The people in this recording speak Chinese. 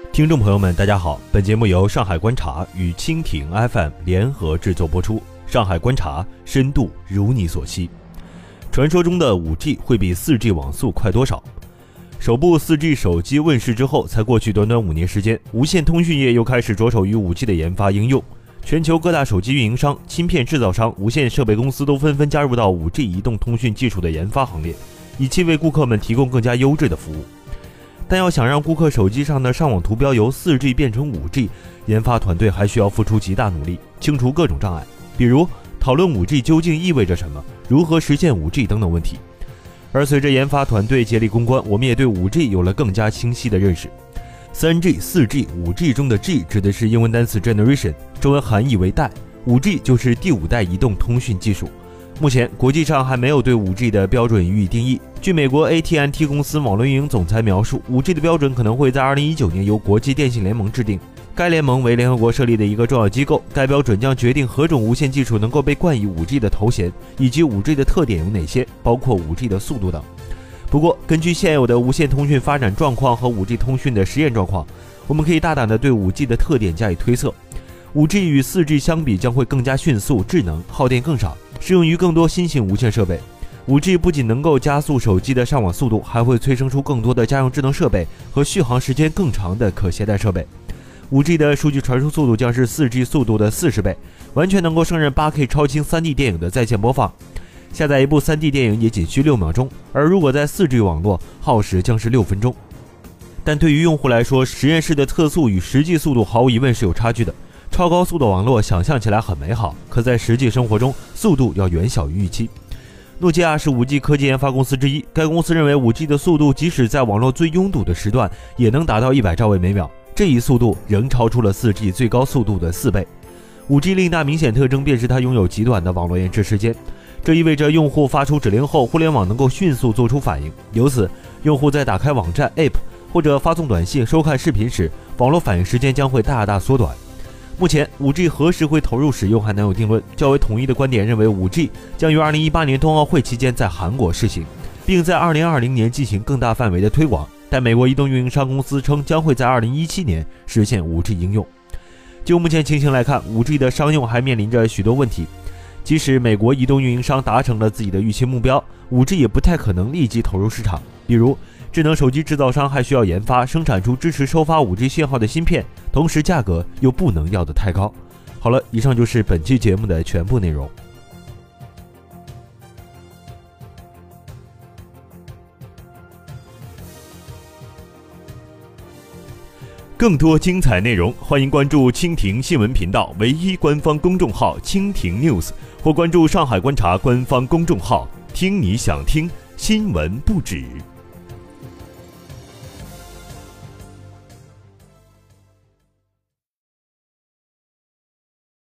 听众朋友们，大家好，本节目由上海观察与蜻蜓 FM 联合制作播出。上海观察，深度如你所希。传说中的 5G 会比 4G 网速快多少？首部 4G 手机问世之后，才过去短短5年时间，无线通讯业又开始着手于 5G 的研发应用。全球各大手机运营商、芯片制造商、无线设备公司都纷纷加入到 5G 移动通讯技术的研发行列，以期为顾客们提供更加优质的服务。但要想让顾客手机上的上网图标由 4G 变成 5G， 研发团队还需要付出极大努力，清除各种障碍，比如讨论 5G 究竟意味着什么，如何实现 5G 等等问题。而随着研发团队竭力攻关，我们也对 5G 有了更加清晰的认识。3G、4G、5G 中的 G 指的是英文单词 generation， 中文含义为代， 5G 就是第5代移动通讯技术。目前国际上还没有对 5G 的标准予以定义。据美国 AT&T 公司网络运营总裁描述， 5G 的标准可能会在2019年由国际电信联盟制定。该联盟为联合国设立的一个重要机构，该标准将决定何种无线技术能够被冠以 5G 的头衔，以及 5G 的特点有哪些，包括 5G 的速度等。不过，根据现有的无线通讯发展状况和 5G 通讯的实验状况，我们可以大胆地对 5G 的特点加以推测。5G 与 4G 相比将会更加迅速、智能，耗电更少，适用于更多新型无线设备。5G 不仅能够加速手机的上网速度，还会催生出更多的家用智能设备和续航时间更长的可携带设备。5G 的数据传输速度将是 4G 速度的40倍，完全能够胜任 8K 超清 3D 电影的在线播放。下载一部 3D 电影也仅需6秒钟，而如果在 4G 网络，耗时将是6分钟。但对于用户来说，实验室的测速与实际速度毫无疑问是有差距的。超高速的网络想象起来很美好，可在实际生活中，速度要远小于预期。诺基亚是 5G 科技研发公司之一，该公司认为 5G 的速度即使在网络最拥堵的时段，也能达到100兆位每秒，这一速度仍超出了 4G 最高速度的4倍。5G 另一大明显特征便是它拥有极短的网络延迟时间，这意味着用户发出指令后，互联网能够迅速做出反应，由此用户在打开网站 App 或者发送短信、收看视频时，网络反应时间将会大大缩短。目前 5G 何时会投入使用还难有定论，较为统一的观点认为 5G 将于2018年冬奥会期间在韩国试行，并在2020年进行更大范围的推广，但美国移动运营商公司称将会在2017年实现 5G 应用。就目前情形来看， 5G 的商用还面临着许多问题，即使美国移动运营商达成了自己的预期目标， 5G 也不太可能立即投入市场，比如智能手机制造商还需要研发生产出支持收发 5G 信号的芯片，同时价格又不能要得太高。好了，以上就是本期节目的全部内容。更多精彩内容，欢迎关注蜻蜓新闻频道唯一官方公众号蜻蜓 News， 或关注上海观察官方公众号，听你想听，新闻不止。